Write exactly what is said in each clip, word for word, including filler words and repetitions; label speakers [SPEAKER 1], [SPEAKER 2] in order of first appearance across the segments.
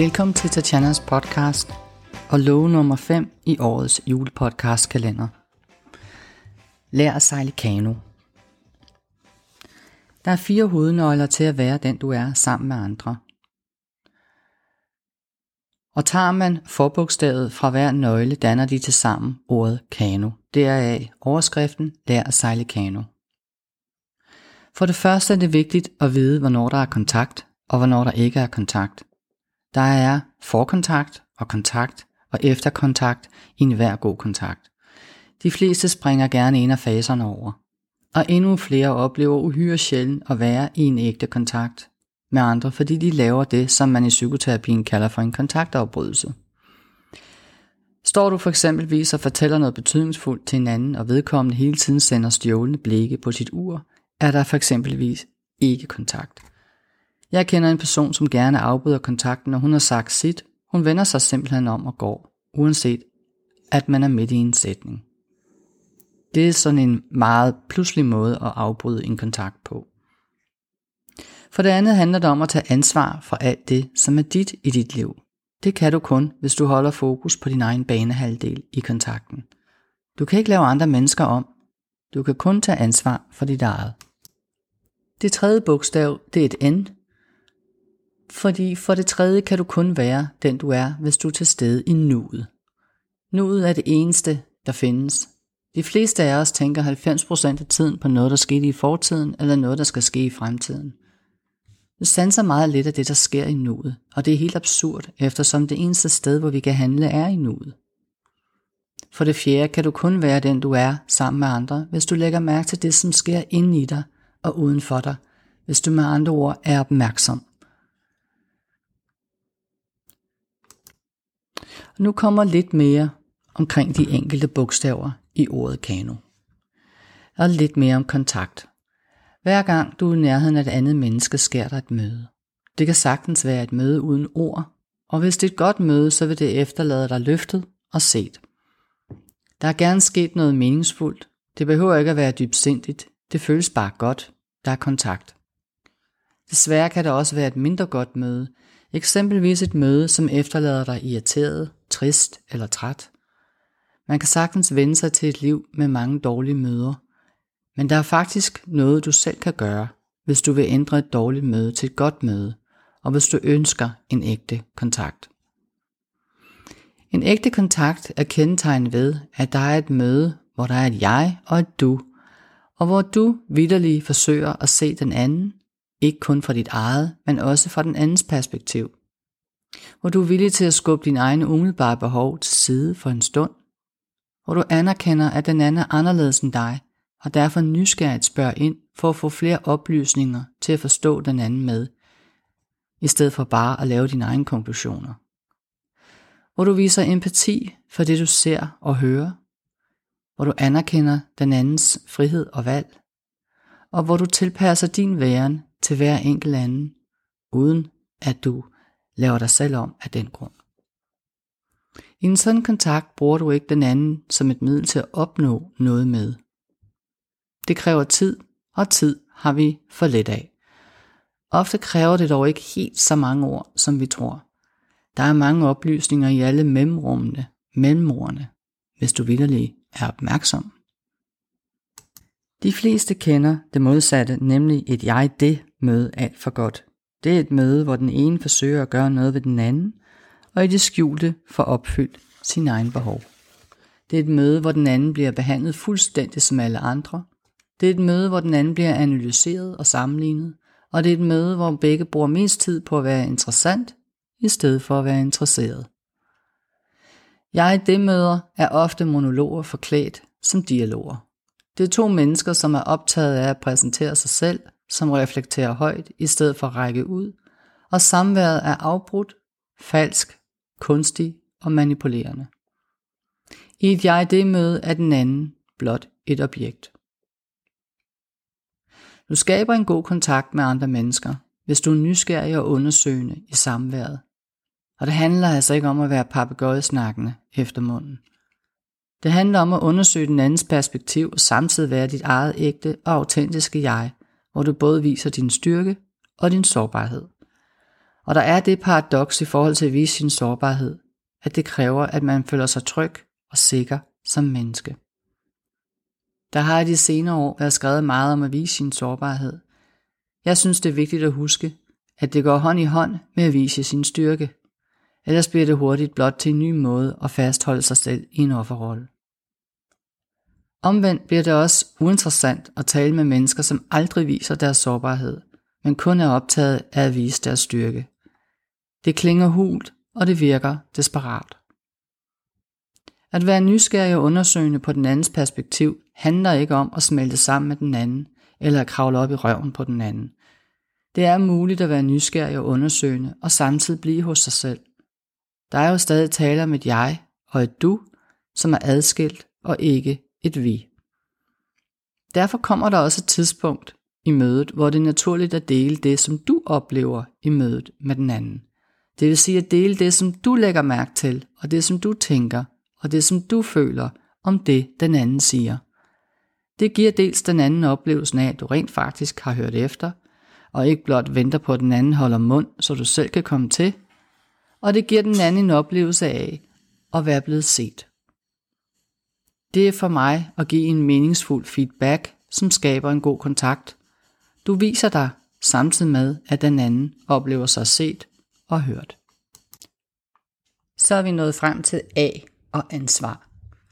[SPEAKER 1] Velkommen til Tatjanas podcast og love nummer fem i årets julepodcastkalender. Lær at sejle kano. Der er fire hovednøgler til at være den du er sammen med andre. Og tager man forbogstavet fra hver nøgle, danner de til sammen ordet kano. Deraf overskriften Lær at sejle kano. For det første er det vigtigt at vide, hvornår der er kontakt og hvornår der ikke er kontakt. Der er forkontakt og kontakt og efterkontakt i enhver god kontakt. De fleste springer gerne en af faserne over, og endnu flere oplever uhyre sjældent at være i en ægte kontakt med andre, fordi de laver det, som man i psykoterapien kalder for en kontaktafbrydelse. Står du for eksempelvis og fortæller noget betydningsfuldt til hinanden, og vedkommende hele tiden sender stjålende blikke på sit ur, er der for eksempelvis ikke kontakt. Jeg kender en person, som gerne afbryder kontakten, når hun har sagt sit. Hun vender sig simpelthen om og går, uanset at man er midt i en sætning. Det er sådan en meget pludselig måde at afbryde en kontakt på. For det andet handler det om at tage ansvar for alt det, som er dit i dit liv. Det kan du kun, hvis du holder fokus på din egen banehalvdel i kontakten. Du kan ikke lave andre mennesker om. Du kan kun tage ansvar for dit eget. Det tredje bogstav, det er et N. Fordi for det tredje kan du kun være den du er, hvis du er til stede i nuet. Nuet er det eneste, der findes. De fleste af os tænker halvfems procent af tiden på noget, der skete i fortiden, eller noget, der skal ske i fremtiden. Det sanser meget lidt af det, der sker i nuet, og det er helt absurd, eftersom det eneste sted, hvor vi kan handle, er i nuet. For det fjerde kan du kun være den, du er, sammen med andre, hvis du lægger mærke til det, som sker inde i dig og uden for dig, hvis du med andre ord er opmærksom. Og nu kommer lidt mere omkring de enkelte bogstaver i ordet kano. Og lidt mere om kontakt. Hver gang du er i nærheden af et andet menneske, sker der et møde. Det kan sagtens være et møde uden ord, og hvis det er et godt møde, så vil det efterlade dig løftet og set. Der er gerne sket noget meningsfuldt. Det behøver ikke at være dybsindigt. Det føles bare godt. Der er kontakt. Desværre kan det også være et mindre godt møde. Eksempelvis et møde, som efterlader dig irriteret, trist eller træt. Man kan sagtens vende sig til et liv med mange dårlige møder. Men der er faktisk noget, du selv kan gøre, hvis du vil ændre et dårligt møde til et godt møde, og hvis du ønsker en ægte kontakt. En ægte kontakt er kendetegnet ved, at der er et møde, hvor der er et jeg og et du, og hvor du vitterligt forsøger at se den anden, ikke kun fra dit eget, men også fra den andens perspektiv. Hvor du er villig til at skubbe dine egne umiddelbare behov til side for en stund. Hvor du anerkender, at den anden er anderledes end dig, og derfor nysgerrigt spørger ind for at få flere oplysninger til at forstå den anden med, i stedet for bare at lave dine egne konklusioner. Hvor du viser empati for det du ser og hører. Hvor du anerkender den andens frihed og valg. Og hvor du tilpasser din væren til hver enkelt anden, uden at du laver dig selv om af den grund. I en sådan kontakt bruger du ikke den anden som et middel til at opnå noget med. Det kræver tid, og tid har vi for lidt af. Ofte kræver det dog ikke helt så mange ord, som vi tror. Der er mange oplysninger i alle mellemrummene, mellemordene, hvis du vitterligt er opmærksom. De fleste kender det modsatte, nemlig et jeg-det-møde alt for godt. Det er et møde, hvor den ene forsøger at gøre noget ved den anden, og i det skjulte får opfyldt sin egen behov. Det er et møde, hvor den anden bliver behandlet fuldstændig som alle andre. Det er et møde, hvor den anden bliver analyseret og sammenlignet, og det er et møde, hvor begge bruger mest tid på at være interessant, i stedet for at være interesseret. Jeg-det-møder er ofte monologer forklædt som dialoger. Det er to mennesker, som er optaget af at præsentere sig selv, som reflekterer højt, i stedet for at række ud, og samværet er afbrudt, falsk, kunstig og manipulerende. I et jeg-det-møde er den anden blot et objekt. Du skaber en god kontakt med andre mennesker, hvis du er nysgerrig og undersøgende i samværet. Og det handler altså ikke om at være papegøjesnakkende efter munden. Det handler om at undersøge den andens perspektiv og samtidig være dit eget ægte og autentiske jeg, hvor du både viser din styrke og din sårbarhed. Og der er det paradoks i forhold til at vise sin sårbarhed, at det kræver, at man føler sig tryg og sikker som menneske. Der har i de senere år været skrevet meget om at vise sin sårbarhed. Jeg synes, det er vigtigt at huske, at det går hånd i hånd med at vise sin styrke. Ellers bliver det hurtigt blot til en ny måde at fastholde sig selv i en offerrolle. Omvendt bliver det også uinteressant at tale med mennesker, som aldrig viser deres sårbarhed, men kun er optaget af at vise deres styrke. Det klinger hult, og det virker desperat. At være nysgerrig og undersøgende på den andens perspektiv handler ikke om at smelte sammen med den anden, eller at kravle op i røven på den anden. Det er muligt at være nysgerrig og undersøgende, og samtidig blive hos sig selv. Der er jo stadig tale om et jeg og et du, som er adskilt og ikke et vi. Derfor kommer der også et tidspunkt i mødet, hvor det er naturligt at dele det, som du oplever i mødet med den anden. Det vil sige at dele det, som du lægger mærke til, og det, som du tænker, og det, som du føler om det, den anden siger. Det giver dels den anden oplevelsen af, at du rent faktisk har hørt efter, og ikke blot venter på, at den anden holder mund, så du selv kan komme til, og det giver den anden en oplevelse af at være blevet set. Det er for mig at give en meningsfuld feedback, som skaber en god kontakt. Du viser dig samtidig med, at den anden oplever sig set og hørt. Så er vi nået frem til A og ansvar.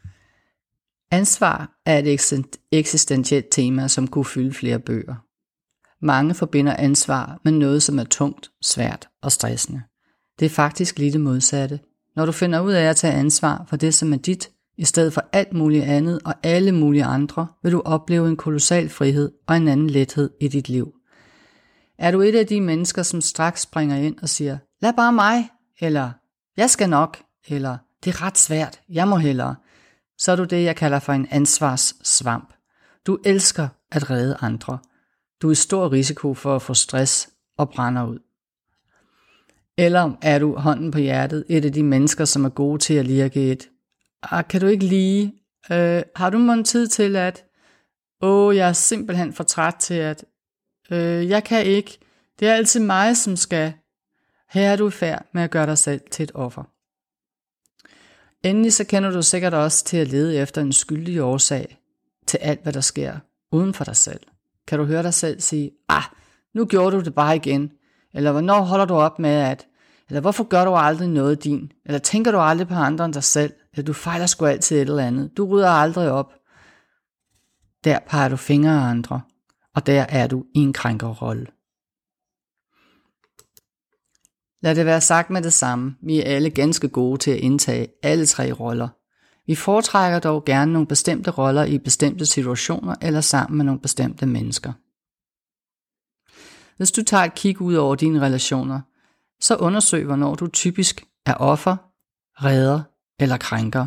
[SPEAKER 1] Ansvar er et eksistentielt tema, som kunne fylde flere bøger. Mange forbinder ansvar med noget, som er tungt, svært og stressende. Det er faktisk lige det modsatte. Når du finder ud af at tage ansvar for det, som er dit, i stedet for alt muligt andet og alle mulige andre, vil du opleve en kolossal frihed og en anden lethed i dit liv. Er du et af de mennesker, som straks springer ind og siger, lad bare mig, eller jeg skal nok, eller det er ret svært, jeg må hellere, så er du det, jeg kalder for en ansvarssvamp. Du elsker at redde andre. Du er i stor risiko for at få stress og brænder ud. Eller er du hånden på hjertet, et af de mennesker, som er gode til at lirke et, ah, kan du ikke lige, øh, har du måske tid til at, åh, jeg er simpelthen for træt til at, øh, jeg kan ikke, det er altid mig, som skal, her er du i færd med at gøre dig selv til et offer. Endelig så kender du sikkert også til at lede efter en skyldig årsag til alt, hvad der sker uden for dig selv. Kan du høre dig selv sige, ah, nu gjorde du det bare igen, eller hvornår holder du op med at, eller hvorfor gør du aldrig noget din, eller tænker du aldrig på andre end dig selv, eller du fejler sgu altid et eller andet, du rydder aldrig op. Der peger du fingre af andre, og der er du i en krænkerrolle. Lad det være sagt med det samme, vi er alle ganske gode til at indtage alle tre roller. Vi foretrækker dog gerne nogle bestemte roller i bestemte situationer eller sammen med nogle bestemte mennesker. Hvis du tager et kig ud over dine relationer, så undersøg, hvornår du typisk er offer, redder eller krænker.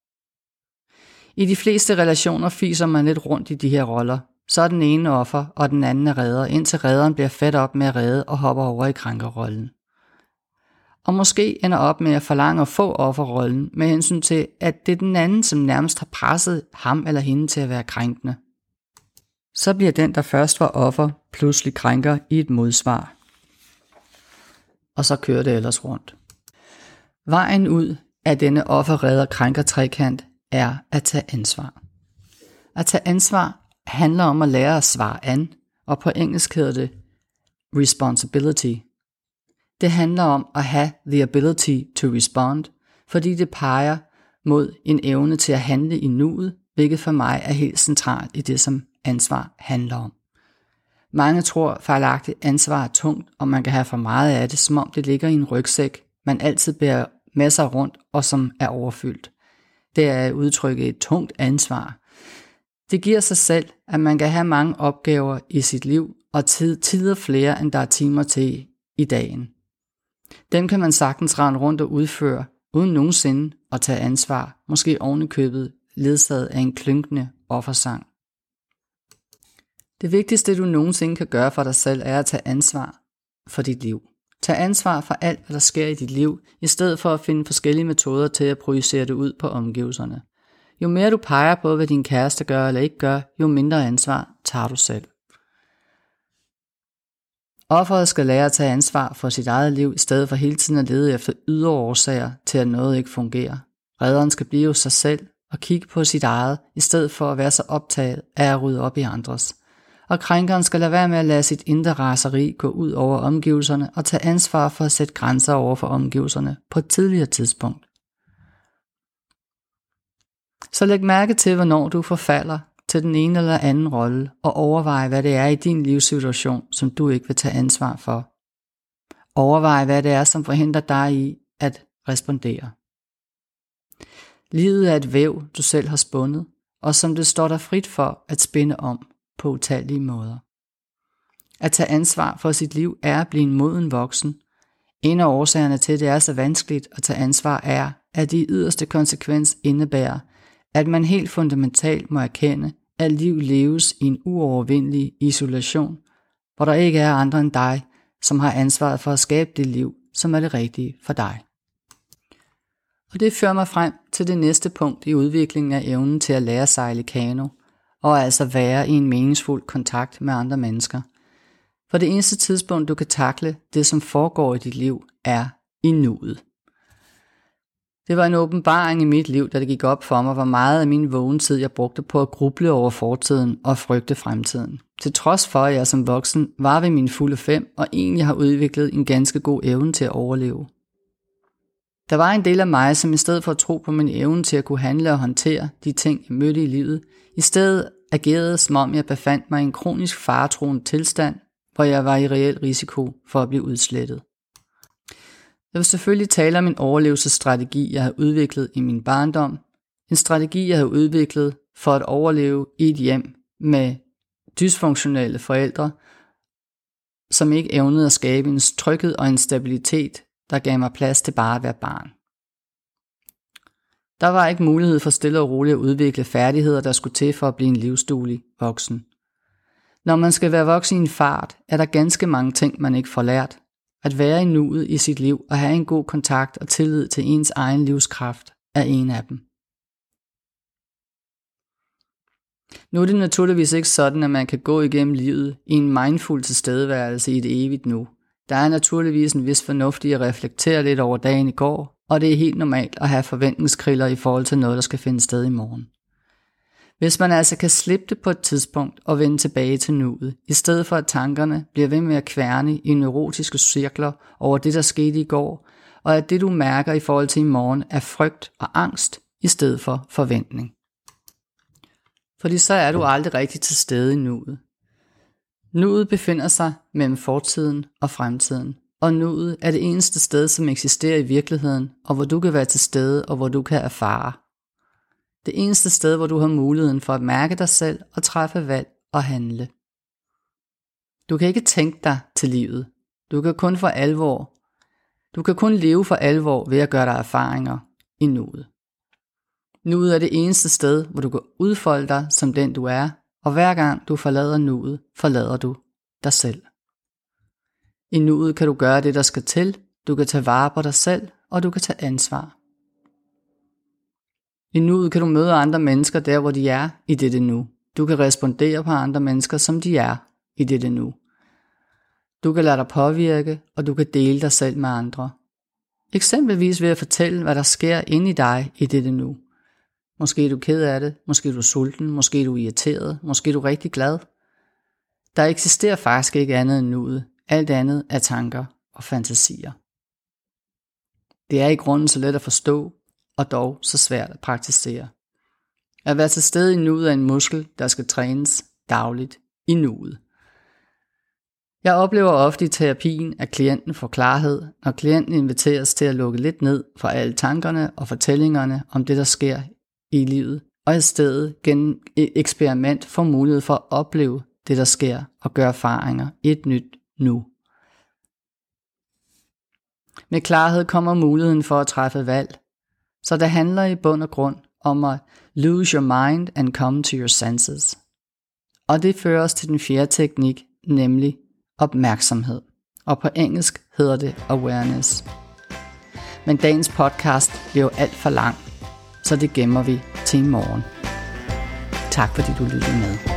[SPEAKER 1] I de fleste relationer fiser man lidt rundt i de her roller. Så er den ene offer, og den anden er redder, indtil redderen bliver fedt op med at redde og hopper over i krænkerrollen. Og måske ender op med at forlange at få offerrollen med hensyn til, at det er den anden, som nærmest har presset ham eller hende til at være krænkende. Så bliver den, der først var offer, pludselig krænker i et modsvar. Og så kører det ellers rundt. Vejen ud af denne offer-redder-krænker-trekant er at tage ansvar. At tage ansvar handler om at lære at svare an, og på engelsk hedder det responsibility. Det handler om at have the ability to respond, fordi det peger mod en evne til at handle i nuet, hvilket for mig er helt centralt i det, som ansvar handler om. Mange tror fejlagtigt, at ansvar er tungt, og man kan have for meget af det, som om det ligger i en rygsæk, man altid bærer med sig rundt, og som er overfyldt. Det er at udtrykke et tungt ansvar. Det giver sig selv, at man kan have mange opgaver i sit liv, og tid, tider flere, end der er timer til i dagen. Dem kan man sagtens rende rundt og udføre, uden nogensinde at tage ansvar, måske oven i købet ledsaget af en klynkende offersang. Det vigtigste, du nogensinde kan gøre for dig selv, er at tage ansvar for dit liv. Tag ansvar for alt, hvad der sker i dit liv, i stedet for at finde forskellige metoder til at projicere det ud på omgivelserne. Jo mere du peger på, hvad din kæreste gør eller ikke gør, jo mindre ansvar tager du selv. Offeret skal lære at tage ansvar for sit eget liv, i stedet for hele tiden at lede efter ydre årsager til, at noget ikke fungerer. Redderen skal blive sig selv og kigge på sit eget, i stedet for at være så optaget af at rydde op i andres. Og krænkeren skal lade være med at lade sit indre raseri gå ud over omgivelserne og tage ansvar for at sætte grænser over for omgivelserne på et tidligere tidspunkt. Så læg mærke til, hvornår du forfalder til den ene eller anden rolle, og overvej, hvad det er i din livssituation, som du ikke vil tage ansvar for. Overvej, hvad det er, som forhindrer dig i at respondere. Livet er et væv, du selv har spundet, og som det står dig frit for at spinde om på utallige måder. At tage ansvar for sit liv er at blive en moden voksen. En af årsagerne til, at det er så vanskeligt at tage ansvar, er, at det i yderste konsekvens indebærer, at man helt fundamentalt må erkende, at liv leves i en uovervindelig isolation, hvor der ikke er andre end dig, som har ansvaret for at skabe det liv, som er det rigtige for dig. Og det fører mig frem til det næste punkt i udviklingen af evnen til at lære at sejle kano, og altså være i en meningsfuld kontakt med andre mennesker. For det eneste tidspunkt, du kan takle det, som foregår i dit liv, er i nuet. Det var en åbenbaring i mit liv, da det gik op for mig, hvor meget af min vågentid jeg brugte på at gruble over fortiden og frygte fremtiden. Til trods for, at jeg som voksen var ved mine fulde fem, og egentlig har udviklet en ganske god evne til at overleve. Der var en del af mig, som i stedet for at tro på min evne til at kunne handle og håndtere de ting, jeg mødte i livet, i stedet agerede, som om jeg befandt mig i en kronisk faretruende tilstand, hvor jeg var i reel risiko for at blive udslettet. Jeg vil selvfølgelig tale om en overlevelsesstrategi, jeg har udviklet i min barndom. En strategi, jeg har udviklet for at overleve i et hjem med dysfunktionelle forældre, som ikke evnede at skabe en tryghed og en stabilitet, der gav mig plads til bare at være barn. Der var ikke mulighed for stille og roligt at udvikle færdigheder, der skulle til for at blive en livsduelig voksen. Når man skal være voksen i en fart, er der ganske mange ting, man ikke får lært. At være i nuet i sit liv og have en god kontakt og tillid til ens egen livskraft er en af dem. Nu er det naturligvis ikke sådan, at man kan gå igennem livet i en mindful tilstedeværelse i et evigt nu. Der er naturligvis en vis fornuft i at reflektere lidt over dagen i går, og det er helt normalt at have forventningskriller i forhold til noget, der skal finde sted i morgen. Hvis man altså kan slippe det på et tidspunkt og vende tilbage til nuet, i stedet for at tankerne bliver ved med at kværne i neurotiske cirkler over det, der skete i går, og at det, du mærker i forhold til i morgen, er frygt og angst i stedet for forventning. Fordi så er du aldrig rigtig til stede i nuet. Nuet befinder sig mellem fortiden og fremtiden, og nuet er det eneste sted, som eksisterer i virkeligheden, og hvor du kan være til stede, og hvor du kan erfare. Det eneste sted, hvor du har muligheden for at mærke dig selv og træffe valg og handle. Du kan ikke tænke dig til livet. Du kan kun for alvor. Du kan kun leve for alvor ved at gøre dig erfaringer i nuet. Nuet er det eneste sted, hvor du kan udfolde dig som den du er, og hver gang du forlader nuet, forlader du dig selv. I nuet kan du gøre det, der skal til. Du kan tage vare på dig selv, og du kan tage ansvar. I nuet kan du møde andre mennesker der, hvor de er i dette nu. Du kan respondere på andre mennesker, som de er i dette nu. Du kan lade dig påvirke, og du kan dele dig selv med andre. Eksempelvis ved at fortælle, hvad der sker inde i dig i dette nu. Måske er du ked af det, måske er du sulten, måske er du irriteret, måske er du rigtig glad. Der eksisterer faktisk ikke andet end nuet. Alt andet er tanker og fantasier. Det er i grunden så let at forstå, og dog så svært at praktisere. At være til stede i nuet er en muskel, der skal trænes dagligt i nuet. Jeg oplever ofte i terapien, at klienten får klarhed, når klienten inviteres til at lukke lidt ned for alle tankerne og fortællingerne om det, der sker i livet, og i stedet gennem et eksperiment får mulighed for at opleve det, der sker, og gøre erfaringer i et nyt nu. Med klarhed kommer muligheden for at træffe valg, så det handler i bund og grund om at lose your mind and come to your senses. Og det fører os til den fjerde teknik, nemlig opmærksomhed. Og på engelsk hedder det awareness. Men dagens podcast bliver jo alt for lang, så det gemmer vi til i morgen. Tak fordi du lyttede med.